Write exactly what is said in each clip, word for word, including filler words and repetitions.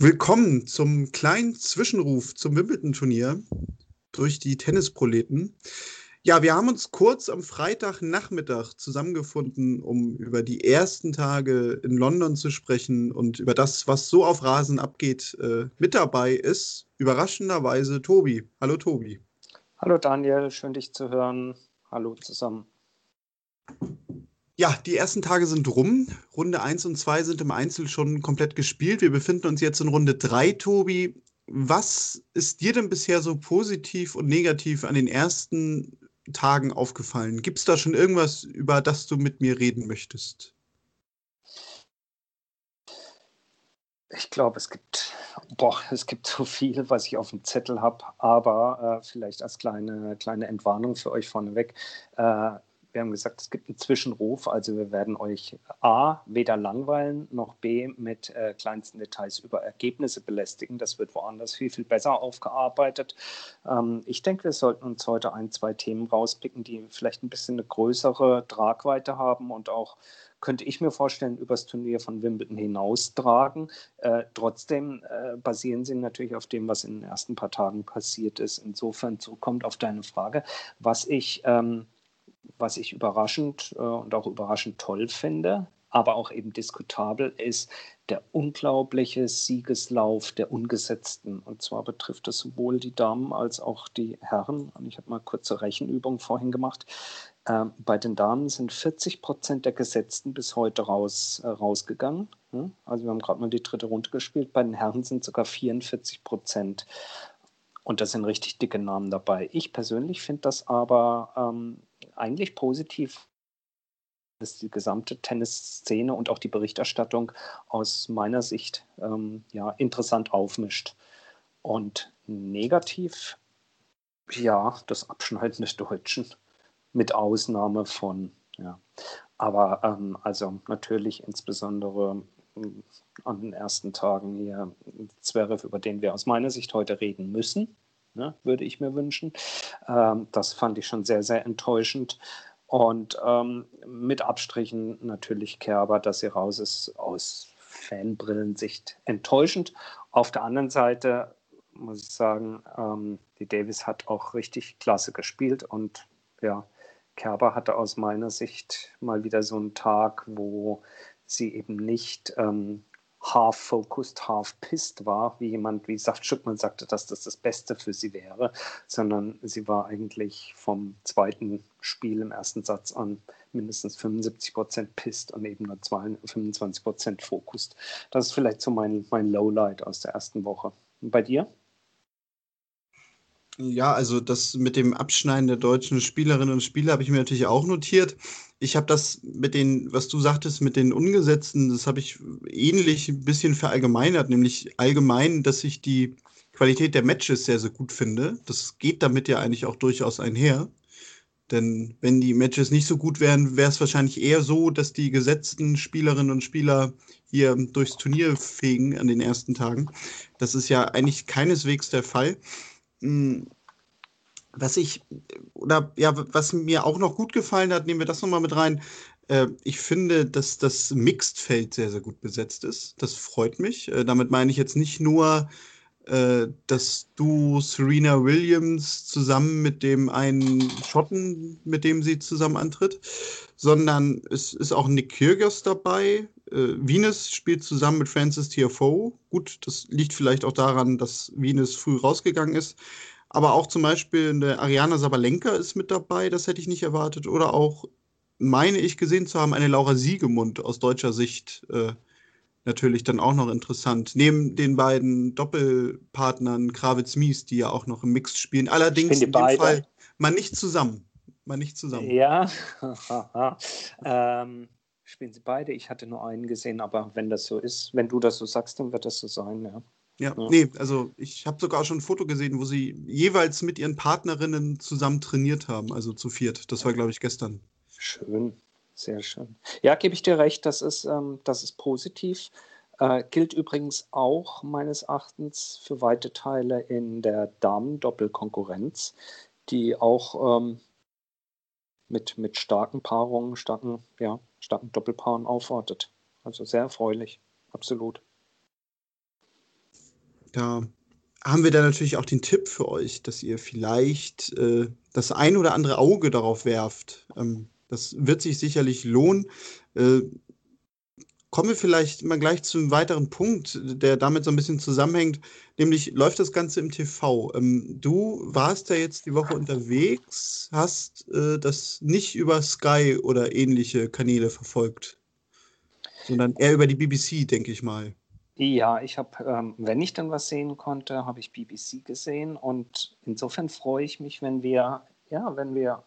Willkommen zum kleinen Zwischenruf zum Wimbledon-Turnier durch die Tennisproleten. Ja, wir haben uns kurz am Freitagnachmittag zusammengefunden, um über die ersten Tage in London zu sprechen und über das, was so auf Rasen abgeht. Äh, mit dabei ist überraschenderweise Tobi. Hallo Tobi. Hallo Daniel, schön dich zu hören. Hallo zusammen. Ja, die ersten Tage sind rum. Runde eins und zwei sind im Einzel schon komplett gespielt. Wir befinden uns jetzt in Runde drei, Tobi. Was ist dir denn bisher so positiv und negativ an den ersten Tagen aufgefallen? Gibt es da schon irgendwas, über das du mit mir reden möchtest? Ich glaube, es gibt, boah, es gibt so viel, was ich auf dem Zettel habe, aber äh, vielleicht als kleine, kleine Entwarnung für euch vorneweg. Äh, wir haben gesagt, es gibt einen Zwischenruf, also wir werden euch A, weder langweilen, noch B, mit äh, kleinsten Details über Ergebnisse belästigen. Das wird woanders viel, viel besser aufgearbeitet. Ähm, ich denke, wir sollten uns heute ein, zwei Themen rauspicken, die vielleicht ein bisschen eine größere Tragweite haben und auch, könnte ich mir vorstellen, übers Turnier von Wimbledon hinaustragen. Äh, trotzdem äh, basieren sie natürlich auf dem, was in den ersten paar Tagen passiert ist. Insofern zurückkommt auf deine Frage, was ich, ähm, was ich überraschend äh, und auch überraschend toll finde, aber auch eben diskutabel ist, der unglaubliche Siegeslauf der Ungesetzten. Und zwar betrifft das sowohl die Damen als auch die Herren. Und ich habe mal kurze Rechenübung vorhin gemacht. Ähm, bei den Damen sind vierzig Prozent der Gesetzten bis heute raus, äh, rausgegangen. Hm? Also wir haben gerade mal die dritte Runde gespielt. Bei den Herren sind sogar vierundvierzig Prozent. Und da sind richtig dicke Namen dabei. Ich persönlich finde das aber ähm, eigentlich positiv, dass die gesamte Tennisszene und auch die Berichterstattung aus meiner Sicht ähm, ja, interessant aufmischt. Und negativ, ja, das Abschneiden des Deutschen. Mit Ausnahme von, ja, aber ähm, also natürlich insbesondere ähm, an den ersten Tagen hier Zverev, über den wir aus meiner Sicht heute reden müssen, ne, würde ich mir wünschen. Ähm, das fand ich schon sehr, sehr enttäuschend. Und ähm, mit Abstrichen natürlich Kerber, dass sie raus ist, aus Fanbrillensicht enttäuschend. Auf der anderen Seite muss ich sagen, ähm, die Davis hat auch richtig klasse gespielt und ja, Kerber hatte aus meiner Sicht mal wieder so einen Tag, wo sie eben nicht ähm, half-focused, half-pissed war, wie jemand wie Saft Schuckmann sagte, dass das das Beste für sie wäre, sondern sie war eigentlich vom zweiten Spiel im ersten Satz an mindestens fünfundsiebzig Prozent pissed und eben nur fünfundzwanzig Prozent focused. Das ist vielleicht so mein, mein Lowlight aus der ersten Woche. Und bei dir? Ja, also das mit dem Abschneiden der deutschen Spielerinnen und Spieler habe ich mir natürlich auch notiert. Ich habe das mit den, was du sagtest, mit den Ungesetzten, das habe ich ähnlich ein bisschen verallgemeinert, nämlich allgemein, dass ich die Qualität der Matches sehr, sehr gut finde. Das geht damit ja eigentlich auch durchaus einher. Denn wenn die Matches nicht so gut wären, wäre es wahrscheinlich eher so, dass die gesetzten Spielerinnen und Spieler hier durchs Turnier fegen an den ersten Tagen. Das ist ja eigentlich keineswegs der Fall. Hm, Was ich, oder ja, was mir auch noch gut gefallen hat, nehmen wir das nochmal mit rein. Äh, ich finde, dass das Mixed-Feld sehr, sehr gut besetzt ist. Das freut mich. Äh, damit meine ich jetzt nicht nur äh, das Duo Serena Williams zusammen mit dem einen Schotten, mit dem sie zusammen antritt, sondern es ist auch Nick Kyrgios dabei. Äh, Venus spielt zusammen mit Frances Tiafoe. Gut, das liegt vielleicht auch daran, dass Venus früh rausgegangen ist. Aber auch zum Beispiel eine Ariana Sabalenka ist mit dabei, das hätte ich nicht erwartet. Oder auch, meine ich gesehen zu haben, eine Laura Siegemund aus deutscher Sicht. Äh, natürlich dann auch noch interessant. Neben den beiden Doppelpartnern Krawitz-Mies, die ja auch noch im Mix spielen. Spielen Allerdings die in dem beide? Fall mal nicht zusammen. Mal nicht zusammen. Ja, ähm, spielen sie beide. Ich hatte nur einen gesehen, aber wenn das so ist, wenn du das so sagst, dann wird das so sein, ja. Ja, Ja. nee, also ich habe sogar schon ein Foto gesehen, wo sie jeweils mit ihren Partnerinnen zusammen trainiert haben, also zu viert. Das war, glaube ich, gestern. Schön, sehr schön. Ja, gebe ich dir recht, das ist, ähm, das ist positiv. Äh, gilt übrigens auch meines Erachtens für weite Teile in der Damen-Doppelkonkurrenz, die auch ähm, mit, mit starken Paarungen, starken, ja, starken Doppelpaaren aufwartet. Also sehr erfreulich, absolut. Da haben wir dann natürlich auch den Tipp für euch, dass ihr vielleicht äh, das ein oder andere Auge darauf werft. Ähm, das wird sich sicherlich lohnen. Äh, Kommen wir vielleicht mal gleich zu einem weiteren Punkt, der damit so ein bisschen zusammenhängt, nämlich läuft das Ganze im T V. Ähm, du warst ja jetzt die Woche unterwegs, hast äh, das nicht über Sky oder ähnliche Kanäle verfolgt, sondern eher über die B B C, denke ich mal. Ja, ich habe, ähm, wenn ich dann was sehen konnte, habe ich B B C gesehen und insofern freue ich mich, wenn wir, ja, wenn wir,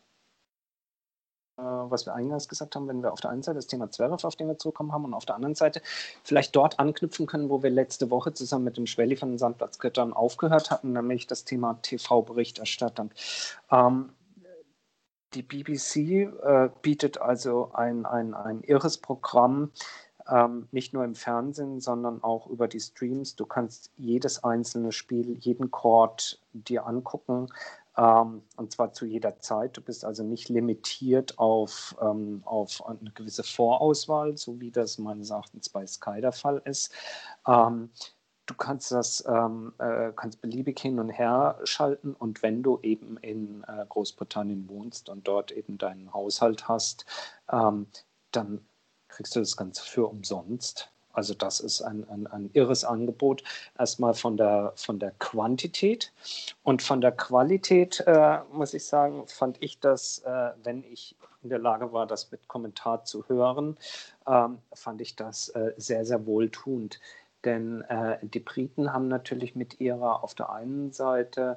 äh, was wir eingangs gesagt haben, wenn wir auf der einen Seite das Thema Zverev, auf den wir zurückkommen haben und auf der anderen Seite vielleicht dort anknüpfen können, wo wir letzte Woche zusammen mit dem Schwelli von den Sandplatzgöttern aufgehört hatten, nämlich das Thema T V-Berichterstattung. Ähm, Die B B C äh, bietet also ein, ein, ein irres Programm, ähm, nicht nur im Fernsehen, sondern auch über die Streams. Du kannst jedes einzelne Spiel, jeden Court dir angucken, ähm, und zwar zu jeder Zeit. Du bist also nicht limitiert auf, ähm, auf eine gewisse Vorauswahl, so wie das meines Erachtens bei Sky der Fall ist. Ähm, Du kannst das ähm, äh, kannst beliebig hin und her schalten und wenn du eben in äh, Großbritannien wohnst und dort eben deinen Haushalt hast, ähm, dann kriegst du das Ganze für umsonst. Also das ist ein, ein, ein irres Angebot. Erstmal von der, von der Quantität und von der Qualität, äh, muss ich sagen, fand ich das, äh, wenn ich in der Lage war, das mit Kommentar zu hören, ähm, fand ich das äh, sehr, sehr wohltuend. Denn äh, die Briten haben natürlich mit ihrer auf der einen Seite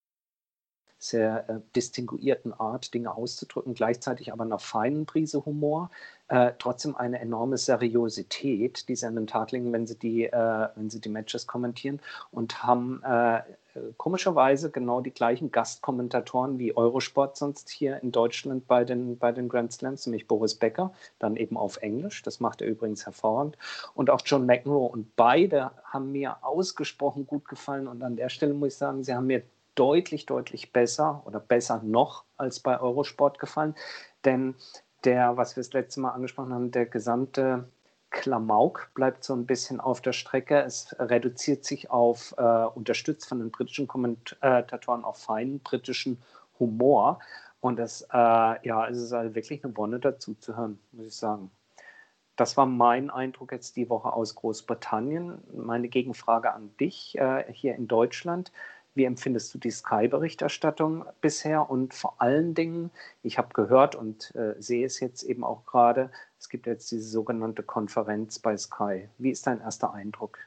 sehr äh, distinguierten Art, Dinge auszudrücken, gleichzeitig aber einer feinen Prise Humor, äh, trotzdem eine enorme Seriosität, die sie an den Tag legen, wenn sie die, äh, wenn sie die Matches kommentieren und haben äh, komischerweise genau die gleichen Gastkommentatoren wie Eurosport sonst hier in Deutschland bei den, bei den Grand Slams, nämlich Boris Becker, dann eben auf Englisch, das macht er übrigens hervorragend, und auch John McEnroe, und beide haben mir ausgesprochen gut gefallen und an der Stelle muss ich sagen, sie haben mir deutlich, deutlich besser oder besser noch als bei Eurosport gefallen. Denn der, was wir das letzte Mal angesprochen haben, der gesamte Klamauk bleibt so ein bisschen auf der Strecke. Es reduziert sich auf, äh, unterstützt von den britischen Kommentatoren, auf feinen britischen Humor. Und das, äh, ja, es ist also wirklich eine Wonne dazu zu hören, muss ich sagen. Das war mein Eindruck jetzt die Woche aus Großbritannien. Meine Gegenfrage an dich äh, hier in Deutschland. Wie empfindest du die Sky-Berichterstattung bisher? Und vor allen Dingen, ich habe gehört und äh, sehe es jetzt eben auch gerade, es gibt jetzt diese sogenannte Konferenz bei Sky. Wie ist dein erster Eindruck?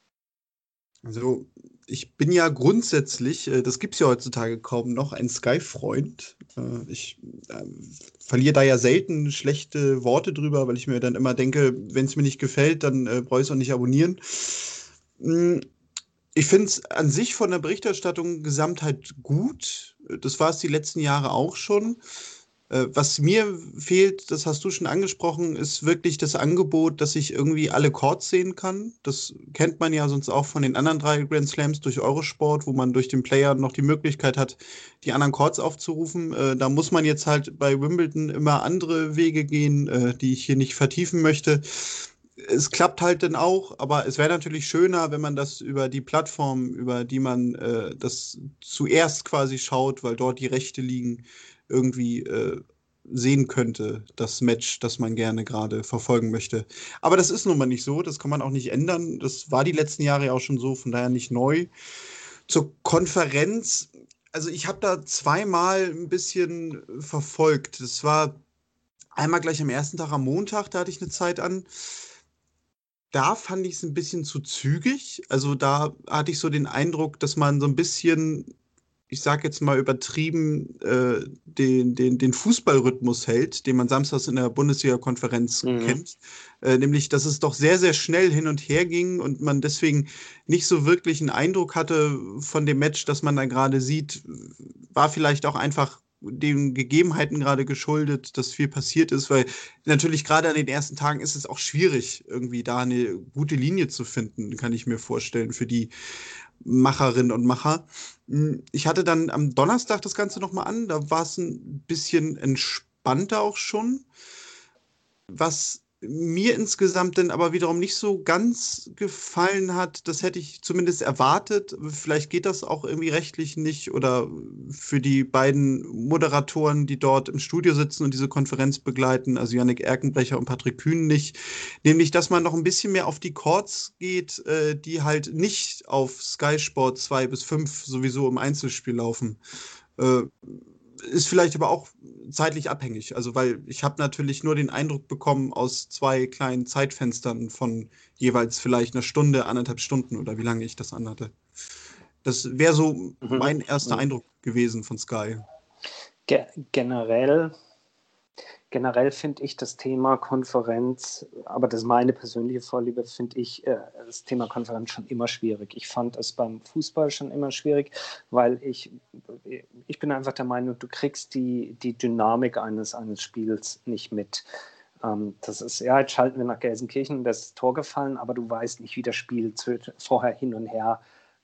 Also, ich bin ja grundsätzlich, äh, das gibt es ja heutzutage kaum noch, ein Sky-Freund. Äh, ich äh, verliere da ja selten schlechte Worte drüber, weil ich mir dann immer denke, wenn es mir nicht gefällt, dann äh, brauche ich es auch nicht abonnieren. Mm, Ich finde es an sich von der Berichterstattung Gesamtheit gut. Das war es die letzten Jahre auch schon. Äh, was mir fehlt, das hast du schon angesprochen, ist wirklich das Angebot, dass ich irgendwie alle Chords sehen kann. Das kennt man ja sonst auch von den anderen drei Grand Slams durch Eurosport, wo man durch den Player noch die Möglichkeit hat, die anderen Chords aufzurufen. Äh, da muss man jetzt halt bei Wimbledon immer andere Wege gehen, äh, die ich hier nicht vertiefen möchte. Es klappt halt dann auch, aber es wäre natürlich schöner, wenn man das über die Plattform, über die man äh, das zuerst quasi schaut, weil dort die Rechte liegen, irgendwie äh, sehen könnte, das Match, das man gerne gerade verfolgen möchte. Aber das ist nun mal nicht so, das kann man auch nicht ändern. Das war die letzten Jahre ja auch schon so, von daher nicht neu. Zur Konferenz, also ich habe da zweimal ein bisschen verfolgt. Das war einmal gleich am ersten Tag am Montag, da hatte ich eine Zeit an. Da fand ich es ein bisschen zu zügig. Also, da hatte ich so den Eindruck, dass man so ein bisschen, ich sage jetzt mal übertrieben, äh, den den den Fußballrhythmus hält, den man samstags in der Bundesliga-Konferenz Mhm. kennt. Äh, nämlich, dass es doch sehr, sehr schnell hin und her ging und man deswegen nicht so wirklich einen Eindruck hatte von dem Match, das man da gerade sieht. War vielleicht auch einfach den Gegebenheiten gerade geschuldet, dass viel passiert ist, weil natürlich gerade an den ersten Tagen ist es auch schwierig, irgendwie da eine gute Linie zu finden, kann ich mir vorstellen, für die Macherinnen und Macher. Hm, Ich hatte dann am Donnerstag das Ganze nochmal an, da war es ein bisschen entspannter auch schon. Was mir insgesamt dann aber wiederum nicht so ganz gefallen hat, das hätte ich zumindest erwartet. Vielleicht geht das auch irgendwie rechtlich nicht oder für die beiden Moderatoren, die dort im Studio sitzen und diese Konferenz begleiten, also Jannik Erkenbrecher und Patrick Kühn nicht, nämlich, dass man noch ein bisschen mehr auf die Chords geht, äh, die halt nicht auf Sky Sport zwei bis fünf sowieso im Einzelspiel laufen. Äh, Ist vielleicht aber auch zeitlich abhängig. Also, weil ich habe natürlich nur den Eindruck bekommen aus zwei kleinen Zeitfenstern von jeweils vielleicht einer Stunde, anderthalb Stunden oder wie lange ich das anhatte. Das wäre so Mhm. mein erster Mhm. Eindruck gewesen von Sky. Ge generell Generell finde ich das Thema Konferenz, aber das ist meine persönliche Vorliebe, finde ich äh, das Thema Konferenz schon immer schwierig. Ich fand es beim Fußball schon immer schwierig, weil ich, ich bin einfach der Meinung, du kriegst die, die Dynamik eines, eines Spiels nicht mit. Ähm, das ist, ja, jetzt schalten wir nach Gelsenkirchen, das ist Tor gefallen, aber du weißt nicht, wie das Spiel vorher hin und her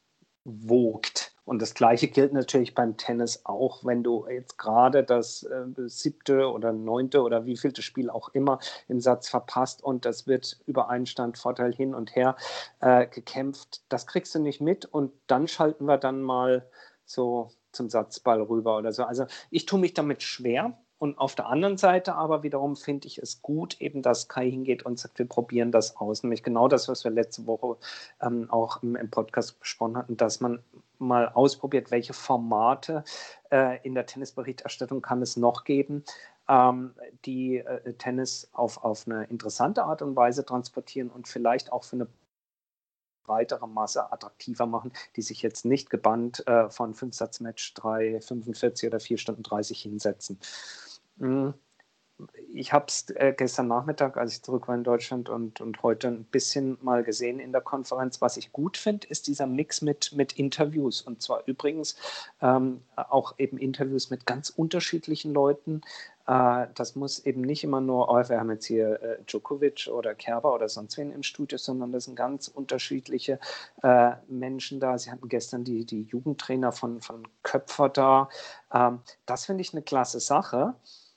wogt. Und das Gleiche gilt natürlich beim Tennis auch, wenn du jetzt gerade das äh, siebte oder neunte oder wievielte Spiel auch immer im Satz verpasst und das wird über einen Standvorteil hin und her äh, gekämpft. Das kriegst du nicht mit und dann schalten wir dann mal so zum Satzball rüber oder so. Also ich tue mich damit schwer. Und auf der anderen Seite aber wiederum finde ich es gut, eben, dass Sky hingeht und sagt, wir probieren das aus. Nämlich genau das, was wir letzte Woche ähm, auch im, im Podcast besprochen hatten, dass man mal ausprobiert, welche Formate äh, in der Tennisberichterstattung kann es noch geben, ähm, die äh, Tennis auf, auf eine interessante Art und Weise transportieren und vielleicht auch für eine breitere Masse attraktiver machen, die sich jetzt nicht gebannt äh, von fünf-Satz-Match drei fünfundvierzig oder vier Stunden dreißig hinsetzen. Mm. Ich habe es äh, gestern Nachmittag, als ich zurück war in Deutschland und, und heute ein bisschen mal gesehen in der Konferenz. Was ich gut finde, ist dieser Mix mit, mit Interviews. Und zwar übrigens ähm, auch eben Interviews mit ganz unterschiedlichen Leuten. Äh, das muss eben nicht immer nur, oh, wir haben jetzt hier äh, Djokovic oder Kerber oder sonst wen im Studio, sondern das sind ganz unterschiedliche äh, Menschen da. Sie hatten gestern die, die Jugendtrainer von, von Köpfer da. Ähm, das finde ich eine klasse Sache.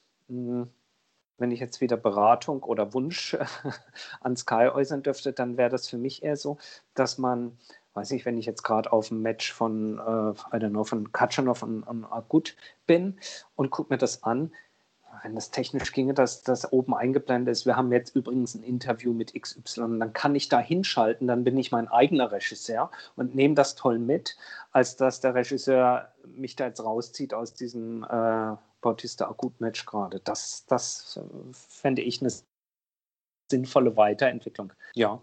Wenn ich jetzt wieder Beratung oder Wunsch an Sky äußern dürfte, dann wäre das für mich eher so, dass man, weiß ich, wenn ich jetzt gerade auf dem Match von, äh, I don't know, von Katschanov und, und Agut bin und gucke mir das an, wenn das technisch ginge, dass das oben eingeblendet ist, wir haben jetzt übrigens ein Interview mit X Y, dann kann ich da hinschalten, dann bin ich mein eigener Regisseur und nehme das toll mit, als dass der Regisseur mich da jetzt rauszieht aus diesem äh, Bautista-Agut-Match gerade. Das, das fände ich eine sinnvolle Weiterentwicklung. Ja.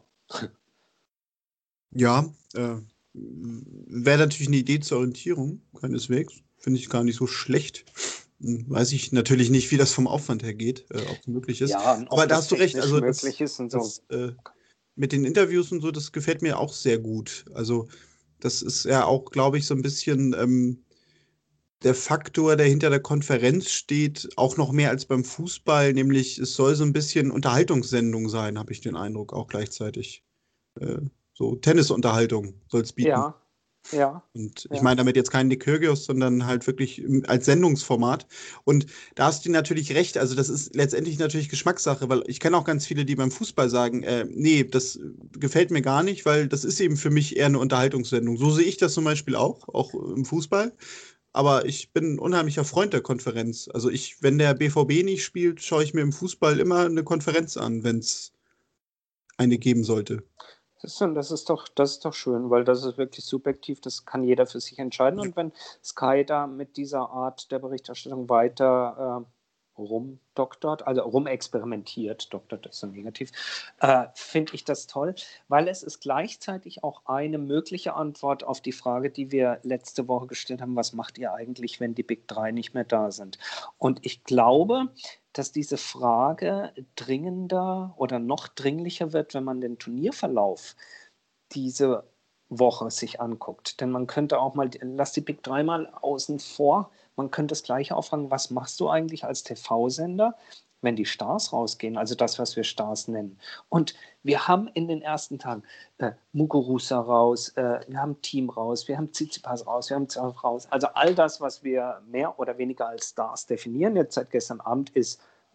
Ja, äh, wäre natürlich eine Idee zur Orientierung, keineswegs. Finde ich gar nicht so schlecht. Hm, Weiß ich natürlich nicht, wie das vom Aufwand her geht, äh, ob es möglich ist. Ja, und Aber ob da das hast du recht, technisch also möglich das, ist und so. das äh, mit den Interviews und so, das gefällt mir auch sehr gut. Also das ist ja auch, glaube ich, so ein bisschen ähm, der Faktor, der hinter der Konferenz steht, auch noch mehr als beim Fußball, nämlich es soll so ein bisschen Unterhaltungssendung sein, habe ich den Eindruck, auch gleichzeitig. Äh, so Tennisunterhaltung soll es bieten. Ja, ja, Und ich ja. meine damit jetzt keinen Nick Kyrgios, sondern halt wirklich im- als Sendungsformat. Und da hast du natürlich recht. Also das ist letztendlich natürlich Geschmackssache, weil ich kenne auch ganz viele, die beim Fußball sagen, äh, nee, das gefällt mir gar nicht, weil das ist eben für mich eher eine Unterhaltungssendung. So sehe ich das zum Beispiel auch, auch im Fußball. Aber ich bin ein unheimlicher Freund der Konferenz. Also ich, wenn der B V B nicht spielt, schaue ich mir im Fußball immer eine Konferenz an, wenn es eine geben sollte. Das ist, das ist doch, das ist doch schön, weil das ist wirklich subjektiv, das kann jeder für sich entscheiden. Und wenn Sky da mit dieser Art der Berichterstattung weiter äh, rumdoktort, also rumexperimentiert, doktort ist so negativ, äh, finde ich das toll, weil es ist gleichzeitig auch eine mögliche Antwort auf die Frage, die wir letzte Woche gestellt haben, was macht ihr eigentlich, wenn die Big Drei nicht mehr da sind? Und ich glaube, dass diese Frage dringender oder noch dringlicher wird, wenn man den Turnierverlauf diese Woche sich anguckt. Denn man könnte auch mal, lass die Big Drei mal außen vor, man könnte das Gleiche auffragen, was machst du eigentlich als T V-Sender, wenn die Stars rausgehen, also das, was wir Stars nennen. Und wir haben in den ersten Tagen äh, Muguruza raus, äh, wir haben Team raus, wir haben Tsitsipas raus, wir haben Zverev raus. Also all das, was wir mehr oder weniger als Stars definieren, jetzt seit gestern Abend, ist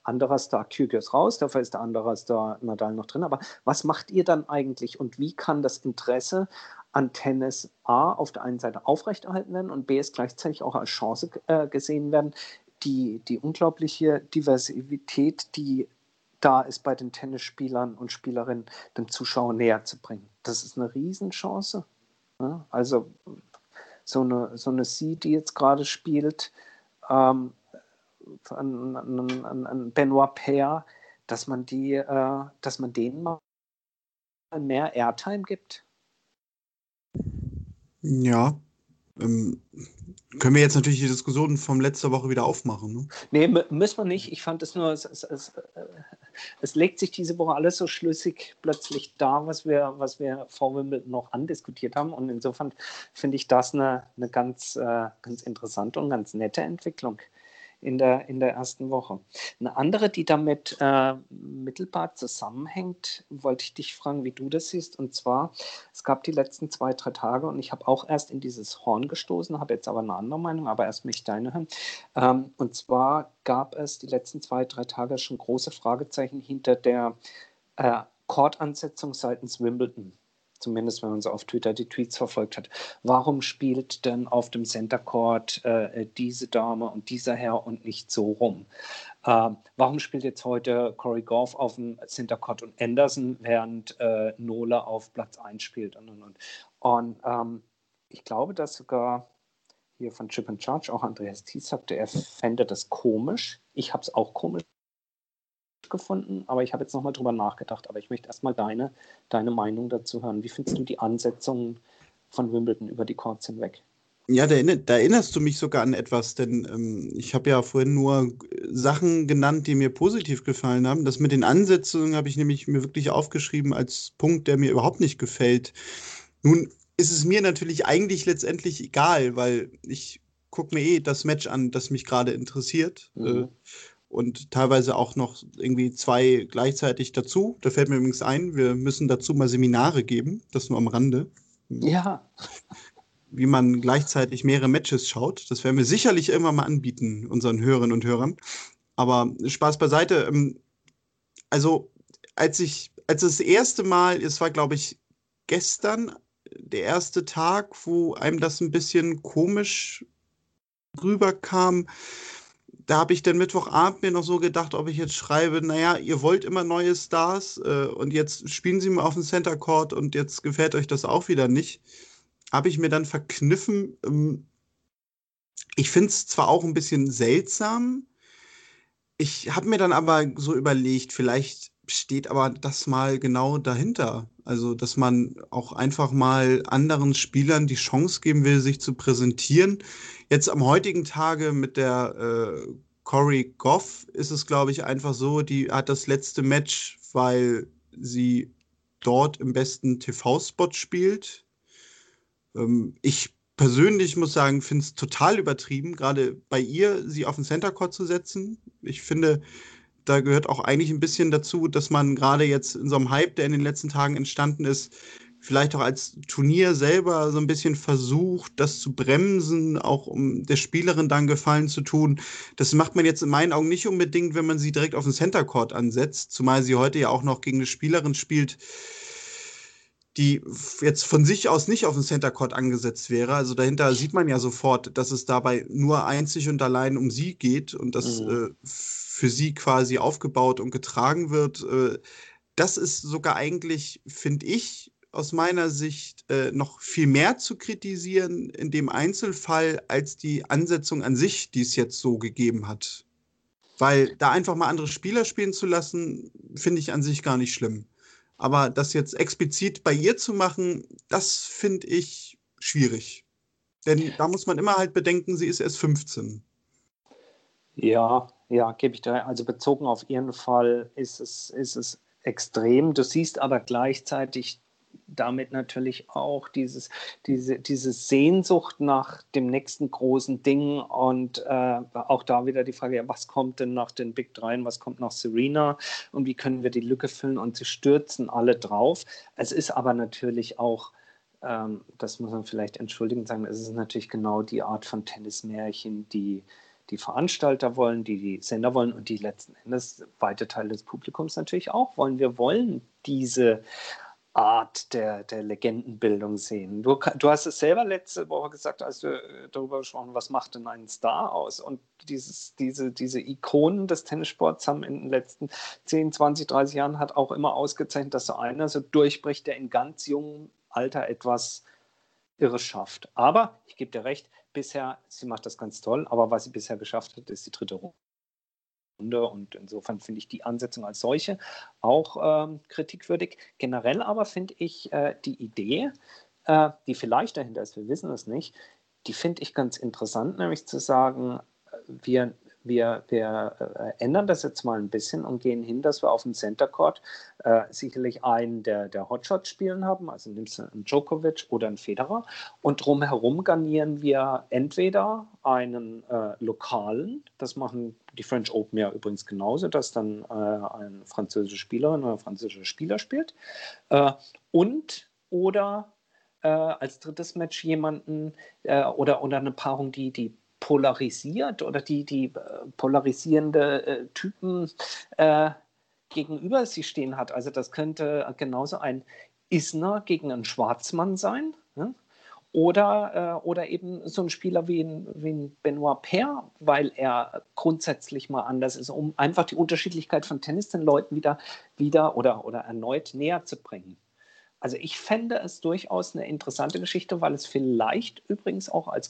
anderer Star, Kyrgios raus, dafür ist der andere Star Nadal noch drin. Aber was macht ihr dann eigentlich und wie kann das Interesse an Tennis A auf der einen Seite aufrechterhalten werden und B es gleichzeitig auch als Chance äh, gesehen werden, die, die unglaubliche Diversität, die da ist bei den Tennisspielern und Spielerinnen, dem Zuschauer näher zu bringen. Das ist eine Riesenchance. Ja? Also so eine, so eine Sie, die jetzt gerade spielt, ähm, an, an, an, an Benoit Paire, dass man die, äh, dass man denen mal mehr Airtime gibt. Ja, ähm, können wir jetzt natürlich die Diskussion vom letzter Woche wieder aufmachen. Ne? Nee, m- müssen wir nicht. Ich fand es nur, es, es, es, es legt sich diese Woche alles so schlüssig plötzlich da, was wir, was wir vor Wimbledon noch andiskutiert haben. Und insofern finde ich das eine, eine ganz, äh, ganz interessante und ganz nette Entwicklung in der, in der ersten Woche. Eine andere, die damit äh, mittelbar zusammenhängt, wollte ich dich fragen, wie du das siehst. Und zwar, es gab die letzten zwei, drei Tage und ich habe auch erst in dieses Horn gestoßen, habe jetzt aber eine andere Meinung, aber erst mich deine hören. Ähm, und zwar gab es die letzten zwei, drei Tage schon große Fragezeichen hinter der äh, Court-Ansetzung seitens Wimbledon. Zumindest wenn man so auf Twitter die Tweets verfolgt hat. Warum spielt denn auf dem Center Court äh, diese Dame und dieser Herr und nicht so rum? Äh, warum spielt jetzt heute Corey Goff auf dem Center Court und Anderson, während äh, Nola auf Platz eins spielt? Und, und, und. und ähm, ich glaube, dass sogar hier von Chip and Charge auch Andreas Thies sagte, er fände das komisch. Ich habe es auch komisch gefunden, aber ich habe jetzt nochmal drüber nachgedacht. Aber ich möchte erstmal deine, deine Meinung dazu hören. Wie findest du die Ansetzungen von Wimbledon über die Courts hinweg? Ja, da, erinner- da erinnerst du mich sogar an etwas, denn ähm, ich habe ja vorhin nur äh, Sachen genannt, die mir positiv gefallen haben. Das mit den Ansetzungen habe ich nämlich mir wirklich aufgeschrieben als Punkt, der mir überhaupt nicht gefällt. Nun ist es mir natürlich eigentlich letztendlich egal, weil ich gucke mir eh das Match an, das mich gerade interessiert. Äh, Mhm. und teilweise auch noch irgendwie zwei gleichzeitig dazu. Da fällt mir übrigens ein, wir müssen dazu mal Seminare geben, das nur am Rande. Ja. Wie man gleichzeitig mehrere Matches schaut. Das werden wir sicherlich irgendwann mal anbieten, unseren Hörerinnen und Hörern. Aber Spaß beiseite. ähm, Also, als ich, als das erste Mal, es war, glaube ich, gestern der erste Tag, wo einem das ein bisschen komisch rüberkam, da habe ich dann Mittwochabend mir noch so gedacht, ob ich jetzt schreibe, naja, ihr wollt immer neue Stars äh, und jetzt spielen sie mal auf dem Center Court und jetzt gefällt euch das auch wieder nicht. Habe ich mir dann verkniffen, ähm, ich finde es zwar auch ein bisschen seltsam, ich habe mir dann aber so überlegt, vielleicht steht aber das mal genau dahinter. Also, dass man auch einfach mal anderen Spielern die Chance geben will, sich zu präsentieren. Jetzt am heutigen Tage mit der äh, Corey Goff ist es, glaube ich, einfach so, die hat das letzte Match, weil sie dort im besten T V-Spot spielt. Ähm, ich persönlich muss sagen, finde es total übertrieben, gerade bei ihr, sie auf den Center Court zu setzen. Ich finde, da gehört auch eigentlich ein bisschen dazu, dass man gerade jetzt in so einem Hype, der in den letzten Tagen entstanden ist, vielleicht auch als Turnier selber so ein bisschen versucht, das zu bremsen, auch um der Spielerin dann Gefallen zu tun. Das macht man jetzt in meinen Augen nicht unbedingt, wenn man sie direkt auf den Center Court ansetzt, zumal sie heute ja auch noch gegen eine Spielerin spielt, die jetzt von sich aus nicht auf den Center Court angesetzt wäre. Also dahinter sieht man ja sofort, dass es dabei nur einzig und allein um sie geht und dass Mhm. äh, für sie quasi aufgebaut und getragen wird. Äh, das ist sogar eigentlich, finde ich, aus meiner Sicht äh, noch viel mehr zu kritisieren in dem Einzelfall als die Ansetzung an sich, die es jetzt so gegeben hat. Weil da einfach mal andere Spieler spielen zu lassen, finde ich an sich gar nicht schlimm. Aber das jetzt explizit bei ihr zu machen, das finde ich schwierig. Denn da muss man immer halt bedenken, sie ist erst fünfzehn. Ja, ja, gebe ich dir. Also bezogen auf ihren Fall ist es, ist es extrem. Du siehst aber gleichzeitig damit natürlich auch dieses, diese, diese Sehnsucht nach dem nächsten großen Ding und äh, auch da wieder die Frage, ja, was kommt denn nach den Big Dreien, was kommt nach Serena und wie können wir die Lücke füllen und sie stürzen alle drauf. Es ist aber natürlich auch, ähm, das muss man vielleicht entschuldigend sagen, es ist natürlich genau die Art von Tennismärchen, die die Veranstalter wollen, die die Sender wollen und die letzten Endes weite Teile des Publikums natürlich auch wollen. Wir wollen diese Art der, der Legendenbildung sehen. Du, du hast es selber letzte Woche gesagt, als wir darüber gesprochen, was macht denn ein Star aus? Und dieses, diese, diese Ikonen des Tennissports haben in den letzten zehn, zwanzig, dreißig Jahren hat auch immer ausgezeichnet, dass so einer so durchbricht, der in ganz jungem Alter etwas Irres schafft. Aber ich gebe dir recht, bisher, sie macht das ganz toll, aber was sie bisher geschafft hat, ist die dritte Runde. Und insofern finde ich die Ansetzung als solche auch ähm, kritikwürdig. Generell aber finde ich äh, die Idee, äh, die vielleicht dahinter ist, wir wissen es nicht, die finde ich ganz interessant, nämlich zu sagen, wir, wir, wir äh, ändern das jetzt mal ein bisschen und gehen hin, dass wir auf dem Center Court äh, sicherlich einen der, der Hotshots spielen haben, also nimmst du einen Djokovic oder einen Federer und drumherum garnieren wir entweder einen äh, lokalen, das machen die French Open ja übrigens genauso, dass dann äh, eine französische Spielerin oder ein französischer Spieler spielt äh, und oder äh, als drittes Match jemanden äh, oder, oder eine Paarung, die die polarisiert oder die, die äh, polarisierende äh, Typen äh, gegenüber sich stehen hat. Also das könnte genauso ein Isner gegen einen Schwarzmann sein, ne? Oder, äh, oder eben so ein Spieler wie ein, wie ein Benoit Paire, weil er grundsätzlich mal anders ist, um einfach die Unterschiedlichkeit von Tennis den Leuten wieder, wieder oder, oder erneut näher zu bringen. Also ich fände es durchaus eine interessante Geschichte, weil es vielleicht übrigens auch als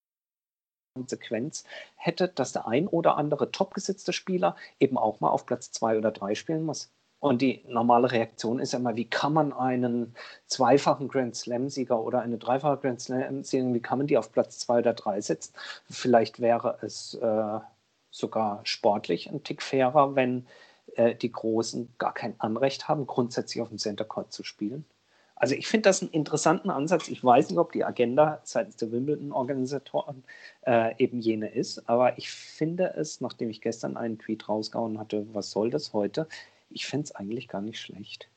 Konsequenz hätte, dass der ein oder andere topgesetzte Spieler eben auch mal auf Platz zwei oder drei spielen muss. Und die normale Reaktion ist ja immer, wie kann man einen zweifachen Grand Slam-Sieger oder eine dreifache Grand Slam-Sieger, wie kann man die auf Platz zwei oder drei setzen? Vielleicht wäre es äh, sogar sportlich ein Tick fairer, wenn äh, die Großen gar kein Anrecht haben, grundsätzlich auf dem Center Court zu spielen. Also ich finde das einen interessanten Ansatz. Ich weiß nicht, ob die Agenda seitens der Wimbledon-Organisatoren äh, eben jene ist, aber ich finde es, nachdem ich gestern einen Tweet rausgehauen hatte, was soll das heute, ich finde es eigentlich gar nicht schlecht.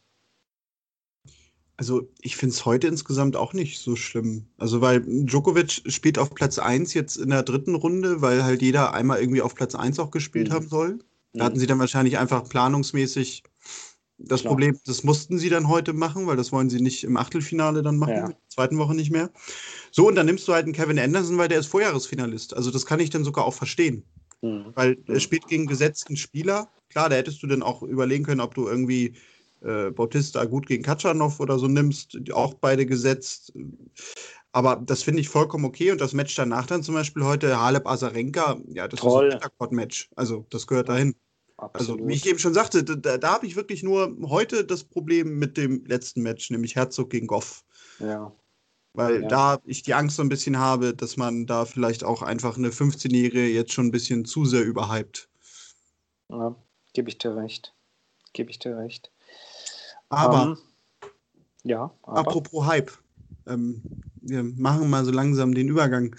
Also ich finde es heute insgesamt auch nicht so schlimm. Also weil Djokovic spielt auf Platz eins jetzt in der dritten Runde, weil halt jeder einmal irgendwie auf Platz eins auch gespielt Mhm. haben soll. Da hatten Mhm. sie dann wahrscheinlich einfach planungsmäßig das Klar. Problem, das mussten sie dann heute machen, weil das wollen sie nicht im Achtelfinale dann machen, Ja. in der zweiten Woche nicht mehr. So, und dann nimmst du halt einen Kevin Anderson, weil der ist Vorjahresfinalist. Also das kann ich dann sogar auch verstehen. Mhm. Weil er Mhm. spielt gegen gesetzten Spieler. Klar, da hättest du dann auch überlegen können, ob du irgendwie äh, Bautista gut gegen Katschanov oder so nimmst, die auch beide gesetzt. Aber das finde ich vollkommen okay. Und das Match danach dann zum Beispiel heute, Halep-Azarenka, ja, das ist ein Toll. Hintercourt-Match. Also das gehört Ja, dahin. Also, wie ich absolut. eben schon sagte, da, da habe ich wirklich nur heute das Problem mit dem letzten Match, nämlich Herzog gegen Goff. Ja, Weil ja, da ich die Angst so ein bisschen habe, dass man da vielleicht auch einfach eine fünfzehnjährige jetzt schon ein bisschen zu sehr überhypt. ja, gebe ich dir recht. Gebe ich dir recht. Aber, Ähm, ja, aber. apropos Hype, ähm, wir machen mal so langsam den Übergang.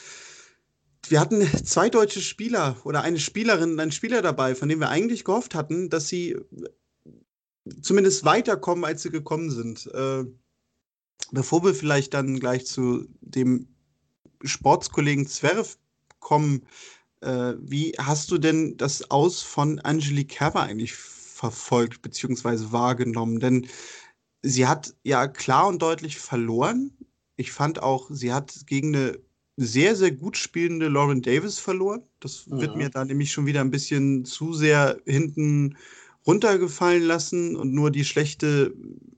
Wir hatten zwei deutsche Spieler oder eine Spielerin und einen Spieler dabei, von denen wir eigentlich gehofft hatten, dass sie zumindest weiterkommen, als sie gekommen sind. Äh, bevor wir vielleicht dann gleich zu dem Sportskollegen Zverev kommen, äh, wie hast du denn das Aus von Angelique Kerber eigentlich verfolgt bzw. wahrgenommen? Denn sie hat ja klar und deutlich verloren. Ich fand auch, sie hat gegen eine sehr, sehr gut spielende Lauren Davis verloren. Das wird mir Mhm. da nämlich schon wieder ein bisschen zu sehr hinten runtergefallen lassen und nur die schlechte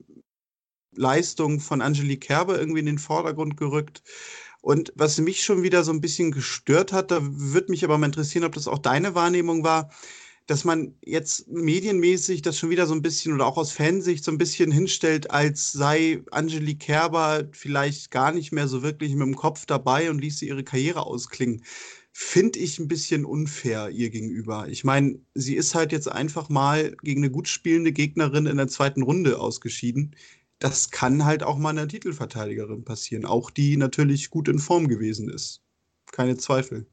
Leistung von Angelique Kerber irgendwie in den Vordergrund gerückt. Und was mich schon wieder so ein bisschen gestört hat, da würde mich aber mal interessieren, ob das auch deine Wahrnehmung war, dass man jetzt medienmäßig das schon wieder so ein bisschen oder auch aus Fansicht so ein bisschen hinstellt, als sei Angelique Kerber vielleicht gar nicht mehr so wirklich mit dem Kopf dabei und ließ sie ihre Karriere ausklingen. Finde ich ein bisschen unfair ihr gegenüber. Ich meine, sie ist halt jetzt einfach mal gegen eine gut spielende Gegnerin in der zweiten Runde ausgeschieden. Das kann halt auch mal einer Titelverteidigerin passieren, auch die natürlich gut in Form gewesen ist. Keine Zweifel.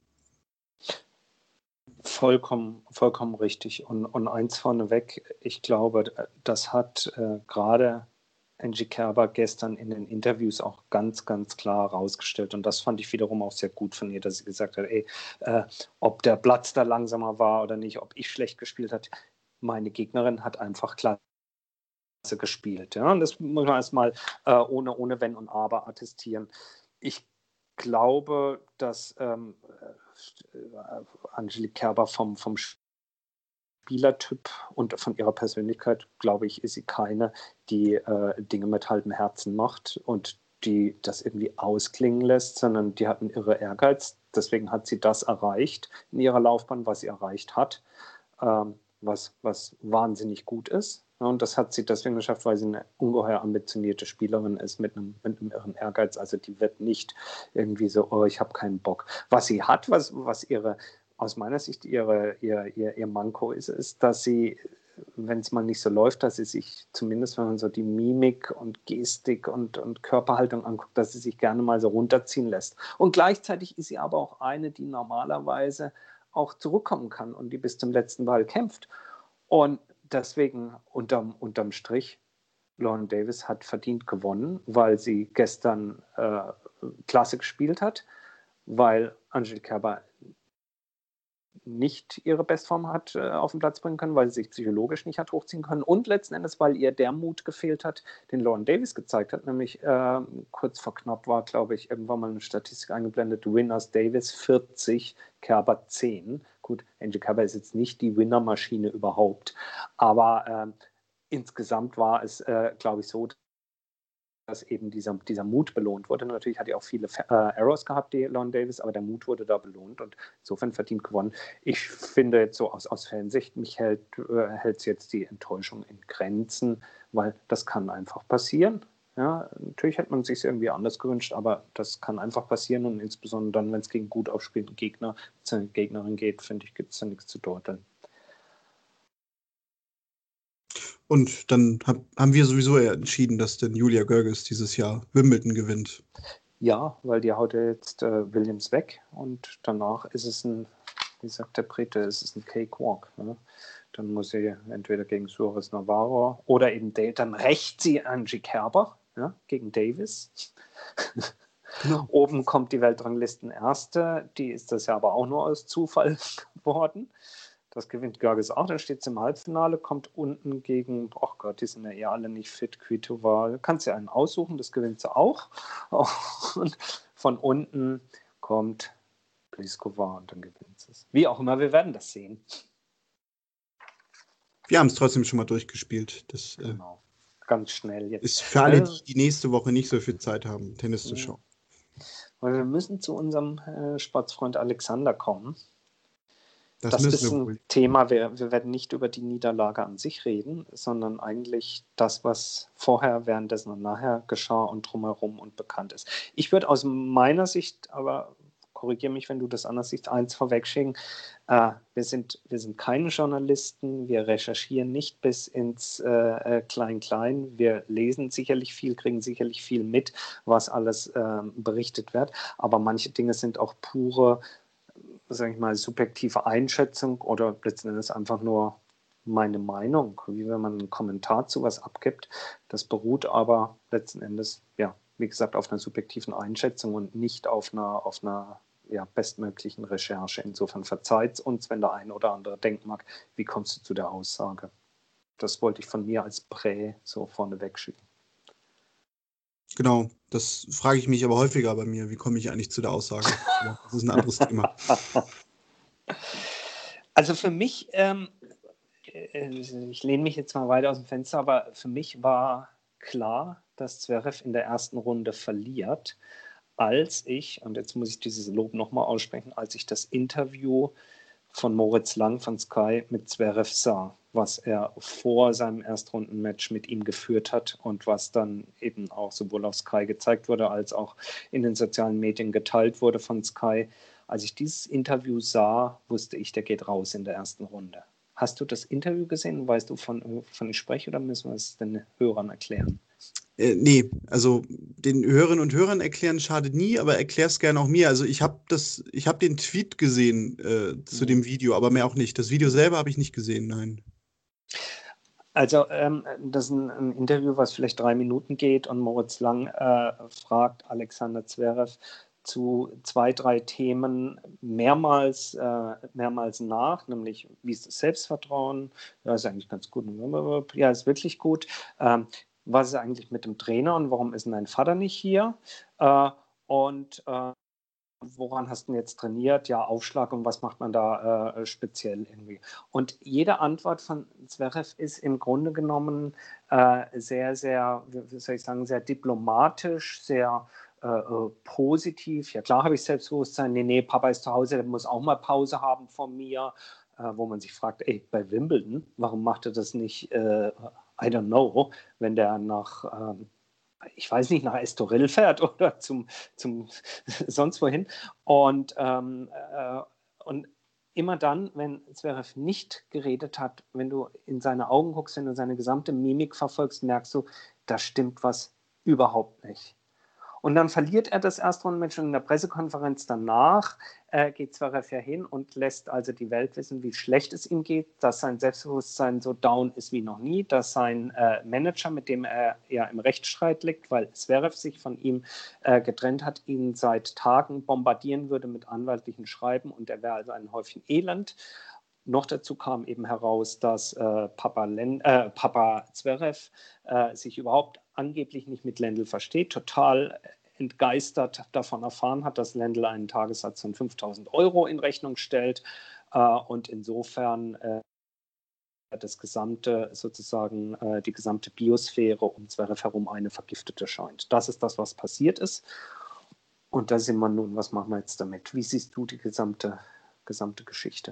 Vollkommen, vollkommen richtig. Und, und eins vorneweg, ich glaube, das hat äh, gerade Angie Kerber gestern in den Interviews auch ganz, ganz klar herausgestellt. Und das fand ich wiederum auch sehr gut von ihr, dass sie gesagt hat, ey, äh, ob der Platz da langsamer war oder nicht, ob ich schlecht gespielt habe, meine Gegnerin hat einfach klasse gespielt. Ja? Und das muss man erstmal äh, ohne, ohne Wenn und Aber attestieren. Ich glaube, dass ähm, äh, Angelique Kerber vom, vom Spielertyp und von ihrer Persönlichkeit, glaube ich, ist sie keine, die äh, Dinge mit halbem Herzen macht und die das irgendwie ausklingen lässt, sondern die hat einen irre Ehrgeiz. Deswegen hat sie das erreicht in ihrer Laufbahn, was sie erreicht hat, ähm, was, was wahnsinnig gut ist. Ja, und das hat sie deswegen geschafft, weil sie eine ungeheuer ambitionierte Spielerin ist mit einem, mit einem irren Ehrgeiz. Also die wird nicht irgendwie so, oh, ich habe keinen Bock. Was sie hat, was, was ihre aus meiner Sicht ihre, ihr, ihr, ihr Manko ist, ist, dass sie, wenn es mal nicht so läuft, dass sie sich zumindest, wenn man so die Mimik und Gestik und, und Körperhaltung anguckt, dass sie sich gerne mal so runterziehen lässt. Und gleichzeitig ist sie aber auch eine, die normalerweise auch zurückkommen kann und die bis zum letzten Ball kämpft. Und deswegen unterm, unterm Strich, Lauren Davis hat verdient gewonnen, weil sie gestern äh, klasse gespielt hat, weil Angelique Kerber nicht ihre Bestform hat äh, auf den Platz bringen können, weil sie sich psychologisch nicht hat hochziehen können und letzten Endes, weil ihr der Mut gefehlt hat, den Lauren Davis gezeigt hat, nämlich äh, kurz vor knapp war, glaube ich, irgendwann mal eine Statistik eingeblendet, Winners Davis vierzig, Kerber zehn. Gut, Angie Kerber ist jetzt nicht die Winnermaschine überhaupt, aber äh, insgesamt war es, äh, glaube ich, so, dass eben dieser, dieser Mut belohnt wurde. Natürlich hat er auch viele äh, Errors gehabt, die Lauren Davis, aber der Mut wurde da belohnt und insofern verdient gewonnen. Ich finde jetzt so aus, aus Fansicht, mich hält äh, hält jetzt die Enttäuschung in Grenzen, weil das kann einfach passieren. Ja, natürlich hätte man sich irgendwie anders gewünscht, aber das kann einfach passieren und insbesondere dann, wenn es gegen gut aufspielende Gegner, Gegnerin geht, finde ich, gibt es da nichts zu deuteln. Und dann hab, haben wir sowieso entschieden, dass denn Julia Görges dieses Jahr Wimbledon gewinnt. Ja, weil die haut ja jetzt äh, Williams weg und danach ist es ein, wie sagt der Brite, ist es ein Cakewalk. Ne? Dann muss sie entweder gegen Suarez Navarro oder eben Dale, dann rächt sie Angie Kerber, ja, gegen Davis. Genau. Oben kommt die Weltranglisten-Erste, die ist das ja aber auch nur aus Zufall geworden. Das gewinnt Görges auch, dann steht es im Halbfinale, kommt unten gegen, ach Gott, die sind ja eh alle nicht fit, Kvitova, kannst ja einen aussuchen, das gewinnt sie auch. Und von unten kommt Pliskova und dann gewinnt es. Wie auch immer, wir werden das sehen. Wir haben es trotzdem schon mal durchgespielt. Das genau. Ganz schnell jetzt. Ist für alle, die, die nächste Woche nicht so viel Zeit haben, Tennis zu schauen. Weil wir müssen zu unserem äh, Sportsfreund Alexander kommen. Das, das ist wir ein wohl. Thema, wir, wir werden nicht über die Niederlage an sich reden, sondern eigentlich das, was vorher, währenddessen und nachher geschah und drumherum und bekannt ist. Ich würde aus meiner Sicht, aber korrigiere mich, wenn du das anders siehst, eins vorwegschicken. Äh, wir sind, wir sind keine Journalisten, wir recherchieren nicht bis ins äh, Klein-Klein. Wir lesen sicherlich viel, kriegen sicherlich viel mit, was alles äh, berichtet wird. Aber manche Dinge sind auch pure, sage ich mal, subjektive Einschätzung oder letzten Endes einfach nur meine Meinung, wie wenn man einen Kommentar zu was abgibt. Das beruht aber letzten Endes, ja, wie gesagt, auf einer subjektiven Einschätzung und nicht auf einer, auf einer ja, bestmöglichen Recherche. Insofern verzeiht uns, wenn der eine oder andere denken mag, wie kommst du zu der Aussage? Das wollte ich von mir als Prä so vorneweg schicken. Genau, das frage ich mich aber häufiger bei mir. Wie komme ich eigentlich zu der Aussage? Das ist ein anderes Thema. Also für mich, ähm, ich lehne mich jetzt mal weiter aus dem Fenster, aber für mich war klar, dass Zverev in der ersten Runde verliert, als ich, und jetzt muss ich dieses Lob nochmal aussprechen, als ich das Interview von Moritz Lang von Sky mit Zverev sah, was er vor seinem Erstrundenmatch mit ihm geführt hat und was dann eben auch sowohl auf Sky gezeigt wurde, als auch in den sozialen Medien geteilt wurde von Sky. Als ich dieses Interview sah, wusste ich, der geht raus in der ersten Runde. Hast du das Interview gesehen? Weißt du, von, von ich spreche, oder müssen wir es den Hörern erklären? Äh, nee, also den Hörerinnen und Hörern erklären schadet nie, aber erklär's gerne auch mir. Also ich habe das, ich habe den Tweet gesehen äh, zu mhm. dem Video, aber mehr auch nicht. Das Video selber habe ich nicht gesehen, nein. Also ähm, das ist ein, ein Interview, was vielleicht drei Minuten geht und Moritz Lang äh, fragt Alexander Zverev zu zwei, drei Themen mehrmals, äh, mehrmals nach, nämlich wie ist das Selbstvertrauen? Ja, ist eigentlich ganz gut. Ja, ist wirklich gut. Ähm, was ist eigentlich mit dem Trainer und warum ist denn dein Vater nicht hier? Äh, und äh, woran hast du denn jetzt trainiert? Ja, Aufschlag und was macht man da äh, speziell irgendwie? Und jede Antwort von Zverev ist im Grunde genommen äh, sehr, sehr, wie soll ich sagen, sehr diplomatisch, sehr äh, äh, positiv. Ja, klar habe ich Selbstbewusstsein. Nee, nee, Papa ist zu Hause, der muss auch mal Pause haben von mir. Äh, wo man sich fragt, ey, bei Wimbledon, warum macht er das nicht, äh, I don't know, wenn der nach... Ähm, ich weiß nicht, nach Estoril fährt oder zum, zum sonst wohin. Und, ähm, äh, und immer dann, wenn Zverev nicht geredet hat, wenn du in seine Augen guckst, wenn du seine gesamte Mimik verfolgst, merkst du, da stimmt was überhaupt nicht. Und dann verliert er das Erstrundenmatch und in der Pressekonferenz danach äh, geht Zverev ja hin und lässt also die Welt wissen, wie schlecht es ihm geht, dass sein Selbstbewusstsein so down ist wie noch nie, dass sein äh, Manager, mit dem er ja im Rechtsstreit liegt, weil Zverev sich von ihm äh, getrennt hat, ihn seit Tagen bombardieren würde mit anwaltlichen Schreiben und er wäre also ein Häufchen Elend. Noch dazu kam eben heraus, dass äh, Papa, Len äh, Papa Zverev äh, sich überhaupt angeblich nicht mit Lendl versteht, total entgeistert davon erfahren hat, dass Lendl einen Tagessatz von fünftausend Euro in Rechnung stellt äh, und insofern äh, das gesamte, sozusagen äh, die gesamte Biosphäre um Zverev herum eine vergiftete scheint. Das ist das, was passiert ist. Und da sind wir nun, was machen wir jetzt damit? Wie siehst du die gesamte, gesamte Geschichte?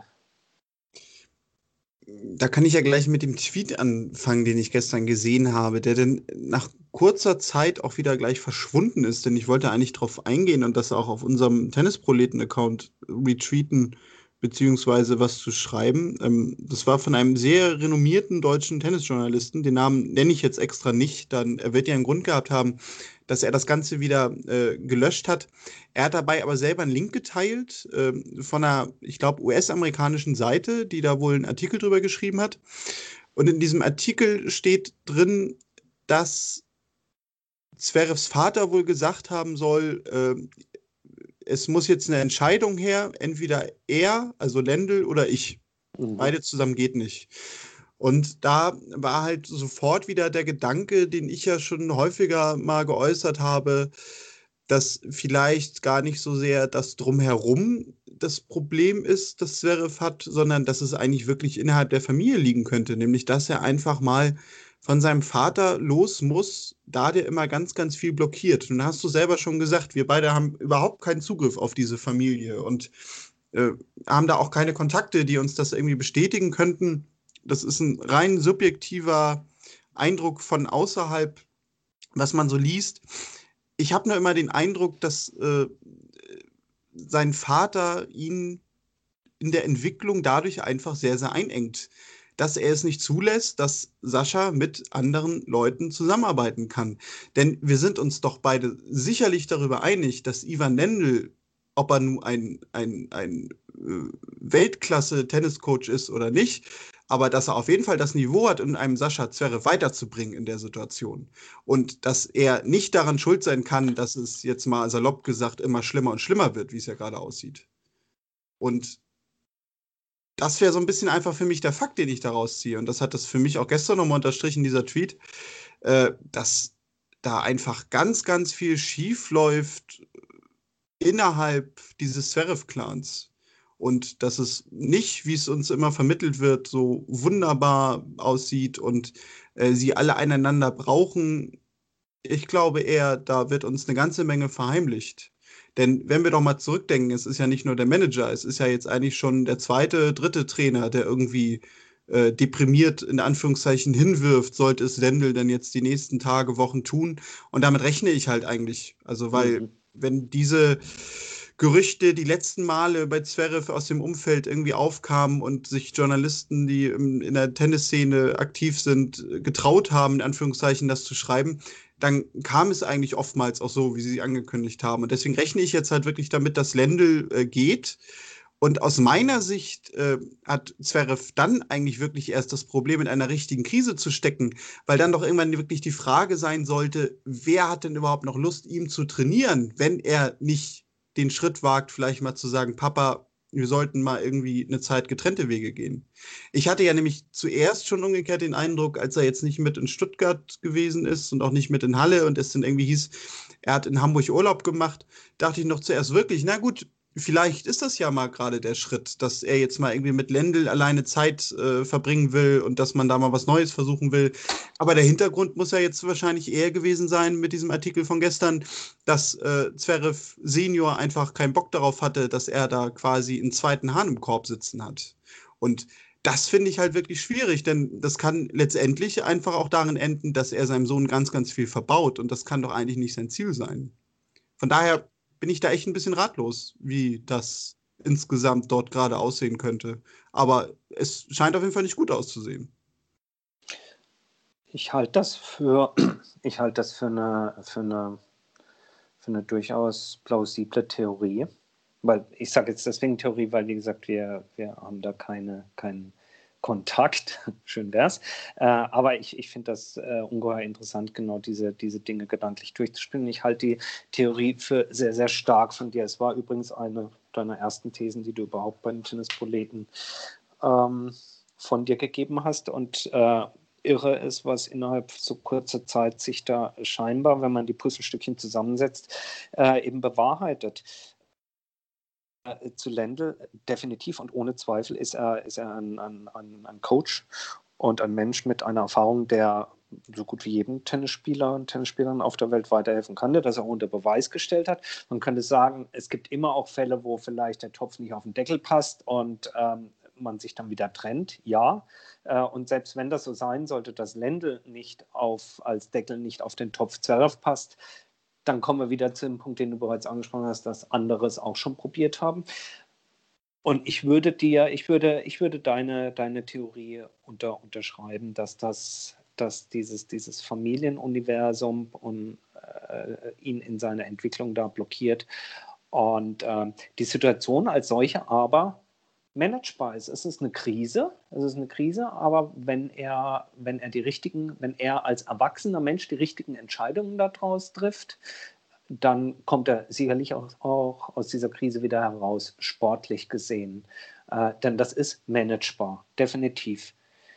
Da kann ich ja gleich mit dem Tweet anfangen, den ich gestern gesehen habe, der dann nach kurzer Zeit auch wieder gleich verschwunden ist, denn ich wollte eigentlich drauf eingehen und das auch auf unserem Tennisproleten-Account retweeten, beziehungsweise was zu schreiben. Ähm, das war von einem sehr renommierten deutschen Tennisjournalisten, den Namen nenne ich jetzt extra nicht, dann er wird ja einen Grund gehabt haben, dass er das Ganze wieder äh, gelöscht hat. Er hat dabei aber selber einen Link geteilt äh, von einer, ich glaube, U S-amerikanischen Seite, die da wohl einen Artikel drüber geschrieben hat. Und in diesem Artikel steht drin, dass Zverevs Vater wohl gesagt haben soll, äh, es muss jetzt eine Entscheidung her, entweder er, also Lendl, oder ich. Mhm. Beide zusammen geht nicht. Und da war halt sofort wieder der Gedanke, den ich ja schon häufiger mal geäußert habe, dass vielleicht gar nicht so sehr das Drumherum das Problem ist, das Zverev hat, sondern dass es eigentlich wirklich innerhalb der Familie liegen könnte. Nämlich, dass er einfach mal von seinem Vater los muss, da der immer ganz, ganz viel blockiert. Und da hast du selber schon gesagt, wir beide haben überhaupt keinen Zugriff auf diese Familie und äh, haben da auch keine Kontakte, die uns das irgendwie bestätigen könnten. Das ist ein rein subjektiver Eindruck von außerhalb, was man so liest. Ich habe nur immer den Eindruck, dass äh, sein Vater ihn in der Entwicklung dadurch einfach sehr, sehr einengt. Dass er es nicht zulässt, dass Sascha mit anderen Leuten zusammenarbeiten kann. Denn wir sind uns doch beide sicherlich darüber einig, dass Ivan Lendl, ob er nun ein, ein, ein äh, Weltklasse-Tenniscoach ist oder nicht, aber dass er auf jeden Fall das Niveau hat, in einem Sascha Zverev weiterzubringen in der Situation. Und dass er nicht daran schuld sein kann, dass es jetzt mal salopp gesagt immer schlimmer und schlimmer wird, wie es ja gerade aussieht. Und das wäre so ein bisschen einfach für mich der Fakt, den ich daraus ziehe. Und das hat das für mich auch gestern nochmal unterstrichen, dieser Tweet, äh, dass da einfach ganz, ganz viel schief läuft innerhalb dieses Zverev-Clans. Und dass es nicht, wie es uns immer vermittelt wird, so wunderbar aussieht und äh, sie alle einander brauchen. Ich glaube eher, da wird uns eine ganze Menge verheimlicht. Denn wenn wir doch mal zurückdenken, es ist ja nicht nur der Manager, es ist ja jetzt eigentlich schon der zweite, dritte Trainer, der irgendwie äh, deprimiert in Anführungszeichen hinwirft, sollte es Lendl denn jetzt die nächsten Tage, Wochen tun. Und damit rechne ich halt eigentlich. Also, weil, mhm. wenn diese Gerüchte die letzten Male bei Zverev aus dem Umfeld irgendwie aufkamen und sich Journalisten, die im, in der Tennisszene aktiv sind, getraut haben, in Anführungszeichen das zu schreiben, dann kam es eigentlich oftmals auch so, wie sie angekündigt haben. Und deswegen rechne ich jetzt halt wirklich damit, dass Lendl äh, geht Und aus meiner Sicht äh, hat Zverev dann eigentlich wirklich erst das Problem, in einer richtigen Krise zu stecken, weil dann doch irgendwann wirklich die Frage sein sollte, wer hat denn überhaupt noch Lust, ihm zu trainieren, wenn er nicht den Schritt wagt, vielleicht mal zu sagen, Papa, wir sollten mal irgendwie eine Zeit getrennte Wege gehen. Ich hatte ja nämlich zuerst schon umgekehrt den Eindruck, als er jetzt nicht mit in Stuttgart gewesen ist und auch nicht mit in Halle und es dann irgendwie hieß, er hat in Hamburg Urlaub gemacht, dachte ich noch zuerst wirklich, na gut, vielleicht ist das ja mal gerade der Schritt, dass er jetzt mal irgendwie mit Lendl alleine Zeit äh, verbringen will und dass man da mal was Neues versuchen will. Aber der Hintergrund muss ja jetzt wahrscheinlich eher gewesen sein mit diesem Artikel von gestern, dass äh, Zverev Senior einfach keinen Bock darauf hatte, dass er da quasi einen zweiten Hahn im Korb sitzen hat. Und das finde ich halt wirklich schwierig, denn das kann letztendlich einfach auch darin enden, dass er seinem Sohn ganz, ganz viel verbaut. Und das kann doch eigentlich nicht sein Ziel sein. Von daher bin ich da echt ein bisschen ratlos, wie das insgesamt dort gerade aussehen könnte. Aber es scheint auf jeden Fall nicht gut auszusehen. Ich halte das für, ich halte das für eine, für eine, für eine durchaus plausible Theorie. Weil ich sage jetzt deswegen Theorie, weil wie gesagt, wir, wir haben da keine, keinen Kontakt, schön wär's. Äh, aber ich, ich finde das äh, ungeheuer interessant, genau diese, diese Dinge gedanklich durchzuspielen. Ich halte die Theorie für sehr, sehr stark von dir. Es war übrigens eine deiner ersten Thesen, die du überhaupt bei den Tennisproleten ähm, von dir gegeben hast. Und äh, irre ist, was innerhalb so kurzer Zeit sich da scheinbar, wenn man die Puzzlestückchen zusammensetzt, äh, eben bewahrheitet. Zu Lendl definitiv und ohne Zweifel ist er, ist er ein, ein, ein Coach und ein Mensch mit einer Erfahrung, der so gut wie jedem Tennisspieler und Tennisspielern auf der Welt weiterhelfen kann, der das auch unter Beweis gestellt hat. Man könnte sagen, es gibt immer auch Fälle, wo vielleicht der Topf nicht auf den Deckel passt und ähm, man sich dann wieder trennt, ja. Äh, und selbst wenn das so sein sollte, dass Lendl nicht auf, als Deckel nicht auf den Topf Zverev passt, dann kommen wir wieder zu dem Punkt, den du bereits angesprochen hast, dass andere es auch schon probiert haben. Und ich würde dir, ich würde, ich würde deine, deine Theorie unter, unterschreiben, dass das, dass dieses, dieses Familienuniversum und, äh, ihn in seiner Entwicklung da blockiert. Und äh, die Situation als solche aber managebar ist. Es ist eine Krise, es ist eine Krise, aber wenn er, wenn er die richtigen, wenn er als erwachsener Mensch die richtigen Entscheidungen daraus trifft, dann kommt er sicherlich auch, auch aus dieser Krise wieder heraus, sportlich gesehen. Äh, denn das ist managebar, definitiv.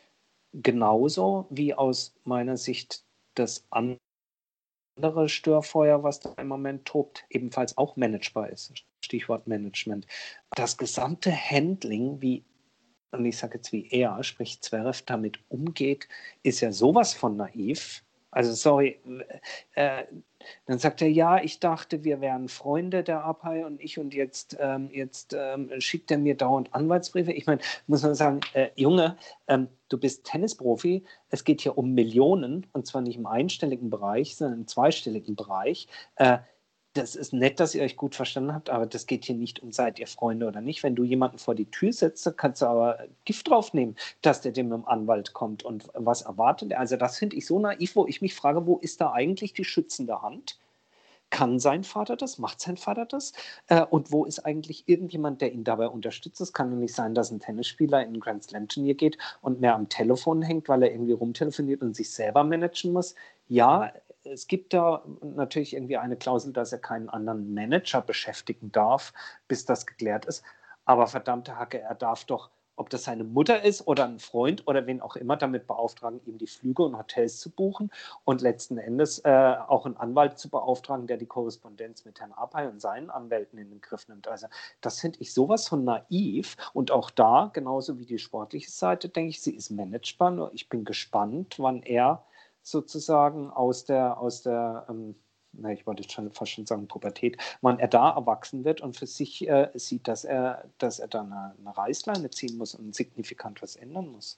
Genauso wie aus meiner Sicht das andere Störfeuer, was da im Moment tobt, ebenfalls auch managebar ist. Stichwort Management. Das gesamte Handling, wie, und ich sage jetzt wie er, sprich Zverev, damit umgeht, ist ja sowas von naiv. Also sorry, äh, dann sagt er, ja, ich dachte, wir wären Freunde, der Abhay und ich, und jetzt, ähm, jetzt ähm, schickt er mir dauernd Anwaltsbriefe. Ich meine, muss man sagen, äh, Junge, ähm, du bist Tennisprofi, es geht hier um Millionen, und zwar nicht im einstelligen Bereich, sondern im zweistelligen Bereich. Äh, das ist nett, dass ihr euch gut verstanden habt, aber das geht hier nicht um, seid ihr Freunde oder nicht. Wenn du jemanden vor die Tür setzt, kannst du aber Gift draufnehmen, dass der dem mit dem Anwalt kommt. Und was erwartet er? Also das finde ich so naiv, wo ich mich frage, wo ist da eigentlich die schützende Hand? Kann sein Vater das? Macht sein Vater das? Äh, und wo ist eigentlich irgendjemand, der ihn dabei unterstützt? Es kann ja nicht sein, dass ein Tennisspieler in ein Grand Slam Turnier geht und mehr am Telefon hängt, weil er irgendwie rumtelefoniert und sich selber managen muss. Ja, es gibt da natürlich irgendwie eine Klausel, dass er keinen anderen Manager beschäftigen darf, bis das geklärt ist. Aber verdammte Hacke, er darf doch, ob das seine Mutter ist oder ein Freund oder wen auch immer, damit beauftragen, ihm die Flüge und Hotels zu buchen und letzten Endes äh, auch einen Anwalt zu beauftragen, der die Korrespondenz mit Herrn Abhay und seinen Anwälten in den Griff nimmt. Also das finde ich sowas von naiv, und auch da, genauso wie die sportliche Seite, denke ich, sie ist managebar, nur ich bin gespannt, wann er sozusagen aus der, aus der ähm, na, ich wollte schon fast schon sagen Pubertät, wann er da erwachsen wird und für sich äh, sieht, dass er, dass er da eine, eine Reißleine ziehen muss und signifikant was ändern muss.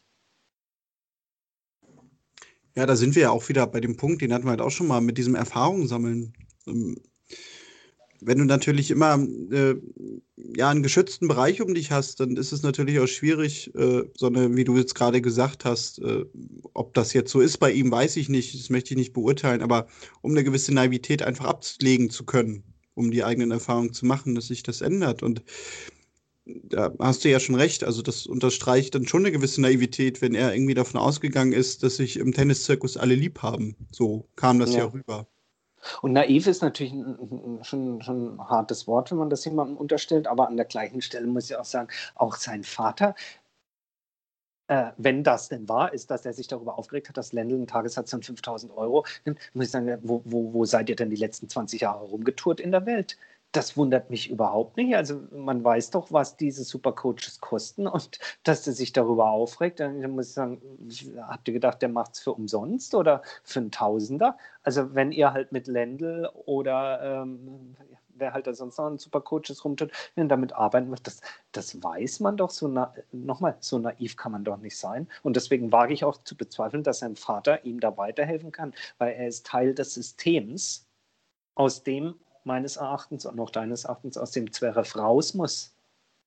Ja, da sind wir ja auch wieder bei dem Punkt, den hatten wir halt auch schon mal mit diesem Erfahrung sammeln. Ähm, Wenn du natürlich immer äh, ja, einen geschützten Bereich um dich hast, dann ist es natürlich auch schwierig, äh, sondern wie du jetzt gerade gesagt hast, äh, ob das jetzt so ist bei ihm, weiß ich nicht, das möchte ich nicht beurteilen, aber um eine gewisse Naivität einfach ablegen zu können, um die eigenen Erfahrungen zu machen, dass sich das ändert. Und da hast du ja schon recht. Also das unterstreicht dann schon eine gewisse Naivität, wenn er irgendwie davon ausgegangen ist, dass sich im Tenniszirkus alle lieb haben. So kam das ja Ja. rüber. Und naiv ist natürlich ein, ein, schon, schon ein hartes Wort, wenn man das jemandem unterstellt, aber an der gleichen Stelle muss ich auch sagen, auch sein Vater, äh, wenn das denn wahr ist, dass er sich darüber aufgeregt hat, dass Lendl einen Tagessatz von fünftausend Euro nimmt, muss ich sagen, wo, wo, wo seid ihr denn die letzten zwanzig Jahre rumgetourt in der Welt? Das wundert mich überhaupt nicht. Also man weiß doch, was diese Supercoaches kosten und dass er sich darüber aufregt, dann muss ich sagen, habt ihr gedacht, der macht es für umsonst oder für einen Tausender? Also wenn ihr halt mit Lendl oder ähm, wer halt da sonst noch an Supercoaches rumtut, wenn damit arbeiten möchte, das, das weiß man doch so, na, nochmal, so naiv kann man doch nicht sein. Und deswegen wage ich auch zu bezweifeln, dass sein Vater ihm da weiterhelfen kann, weil er ist Teil des Systems, aus dem meines Erachtens und auch deines Erachtens aus dem Zverev raus muss.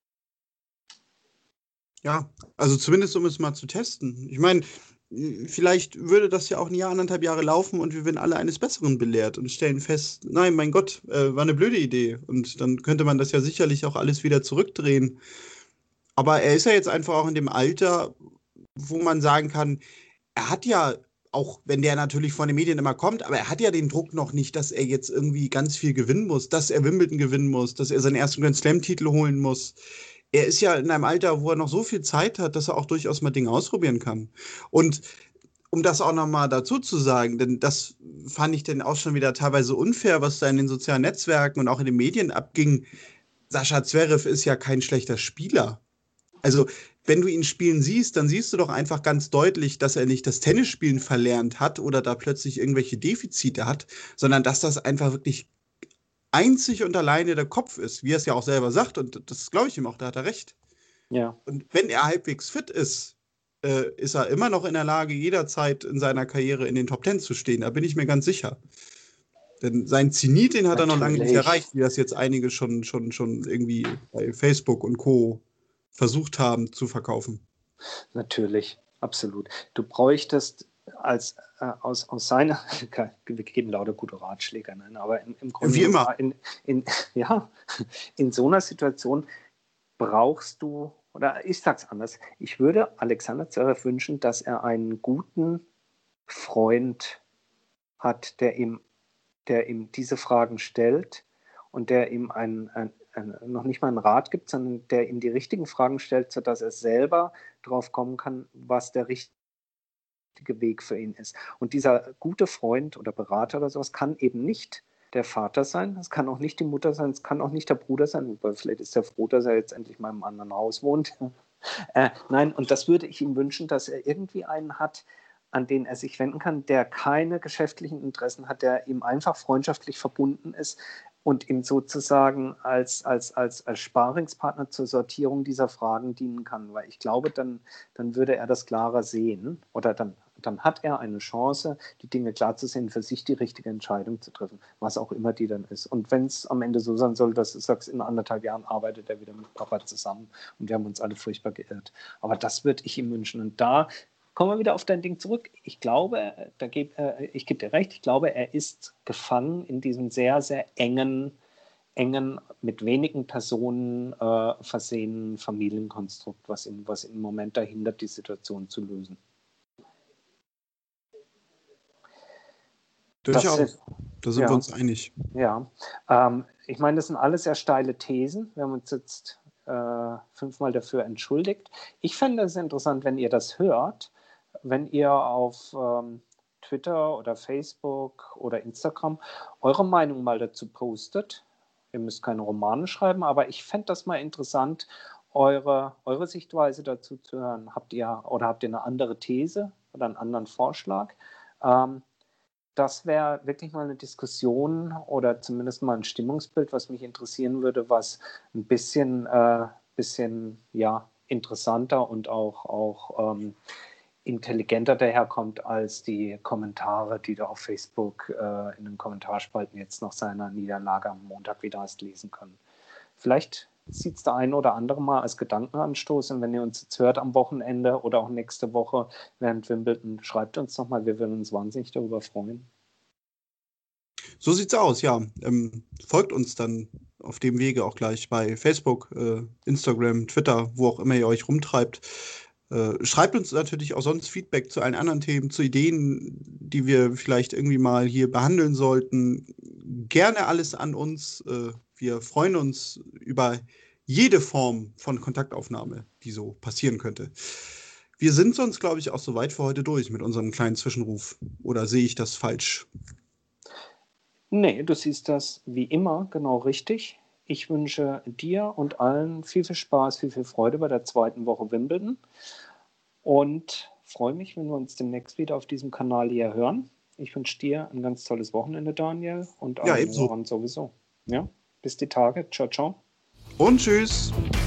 Ja, also zumindest um es mal zu testen. Ich meine, vielleicht würde das ja auch ein Jahr, anderthalb Jahre laufen und wir werden alle eines Besseren belehrt und stellen fest, nein, mein Gott, äh, war eine blöde Idee. Und dann könnte man das ja sicherlich auch alles wieder zurückdrehen. Aber er ist ja jetzt einfach auch in dem Alter, wo man sagen kann, er hat ja, auch wenn der natürlich von den Medien immer kommt, aber er hat ja den Druck noch nicht, dass er jetzt irgendwie ganz viel gewinnen muss, dass er Wimbledon gewinnen muss, dass er seinen ersten Grand Slam-Titel holen muss. Er ist ja in einem Alter, wo er noch so viel Zeit hat, dass er auch durchaus mal Dinge ausprobieren kann. Und um das auch nochmal dazu zu sagen, denn das fand ich dann auch schon wieder teilweise unfair, was da in den sozialen Netzwerken und auch in den Medien abging. Sascha Zverev ist ja kein schlechter Spieler. Also, wenn du ihn spielen siehst, dann siehst du doch einfach ganz deutlich, dass er nicht das Tennisspielen verlernt hat oder da plötzlich irgendwelche Defizite hat, sondern dass das einfach wirklich einzig und alleine der Kopf ist, wie er es ja auch selber sagt. Und das glaube ich ihm auch, da hat er recht. Ja. Und wenn er halbwegs fit ist, äh, ist er immer noch in der Lage, jederzeit in seiner Karriere in den Top Ten zu stehen. Da bin ich mir ganz sicher. Denn sein Zenit, den hat er noch lange nicht Natürlich. erreicht, wie das jetzt einige schon, schon, schon irgendwie bei Facebook und Co. versucht haben zu verkaufen. Natürlich, absolut. Du bräuchtest als äh, aus, aus seiner, wir geben lauter gute Ratschläge, nein, aber im, im Grunde Wie immer. in, in, ja, in so einer Situation brauchst du, oder ich sag's anders, ich würde Alexander Zverev wünschen, dass er einen guten Freund hat, der ihm, der ihm diese Fragen stellt und der ihm ein, ein, ein, noch nicht mal einen Rat gibt, sondern der ihm die richtigen Fragen stellt, sodass er selber drauf kommen kann, was der richtige Weg für ihn ist. Und dieser gute Freund oder Berater oder sowas kann eben nicht der Vater sein, es kann auch nicht die Mutter sein, es kann auch nicht der Bruder sein, weil vielleicht ist er froh, dass er jetzt endlich mal im anderen Haus wohnt. äh, nein, und das würde ich ihm wünschen, dass er irgendwie einen hat, an den er sich wenden kann, der keine geschäftlichen Interessen hat, der ihm einfach freundschaftlich verbunden ist und ihm sozusagen als, als, als, als Sparingspartner zur Sortierung dieser Fragen dienen kann. Weil ich glaube, dann, dann würde er das klarer sehen oder dann, dann hat er eine Chance, die Dinge klar zu sehen, für sich die richtige Entscheidung zu treffen, was auch immer die dann ist. Und wenn es am Ende so sein soll, dass du sagst, in anderthalb Jahren arbeitet er wieder mit Papa zusammen und wir haben uns alle furchtbar geirrt. Aber das würde ich ihm wünschen. Und da kommen wir wieder auf dein Ding zurück. Ich glaube, da geb, äh, ich gebe dir recht, ich glaube, er ist gefangen in diesem sehr, sehr engen, engen, mit wenigen Personen äh, versehenen Familienkonstrukt, was ihn, was ihn im Moment dahinter, die Situation zu lösen. Durchaus. Sind, Da sind ja, wir uns einig. Ja, ähm, ich meine, das sind alles sehr steile Thesen. Wir haben uns jetzt äh, fünfmal dafür entschuldigt. Ich fände es interessant, wenn ihr das hört, wenn ihr auf ähm, Twitter oder Facebook oder Instagram eure Meinung mal dazu postet. Ihr müsst keine Romane schreiben, aber ich fände das mal interessant, eure, eure Sichtweise dazu zu hören. Habt ihr oder habt ihr eine andere These oder einen anderen Vorschlag? Ähm, Das wäre wirklich mal eine Diskussion oder zumindest mal ein Stimmungsbild, was mich interessieren würde, was ein bisschen, äh, bisschen ja, interessanter und auch, auch ähm, intelligenter daherkommt als die Kommentare, die du auf Facebook äh, in den Kommentarspalten jetzt nach seiner Niederlage am Montag wieder hast lesen können. Vielleicht sieht es der eine oder andere mal als Gedankenanstoß und wenn ihr uns jetzt hört am Wochenende oder auch nächste Woche während Wimbledon, schreibt uns nochmal, wir würden uns wahnsinnig darüber freuen. So sieht's aus, ja. Ähm, folgt uns dann auf dem Wege auch gleich bei Facebook, äh, Instagram, Twitter, wo auch immer ihr euch rumtreibt. Äh, schreibt uns natürlich auch sonst Feedback zu allen anderen Themen, zu Ideen, die wir vielleicht irgendwie mal hier behandeln sollten. Gerne alles an uns. Äh, wir freuen uns über jede Form von Kontaktaufnahme, die so passieren könnte. Wir sind sonst, glaube ich, auch soweit für heute durch mit unserem kleinen Zwischenruf. Oder sehe ich das falsch? Nee, du siehst das wie immer genau richtig. Ich wünsche dir und allen viel, viel Spaß, viel, viel Freude bei der zweiten Woche Wimbledon und freue mich, wenn wir uns demnächst wieder auf diesem Kanal hier hören. Ich wünsche dir ein ganz tolles Wochenende, Daniel, und Ja, allen ebenso. Hörern sowieso. Ja, bis die Tage. Ciao, ciao. Und tschüss.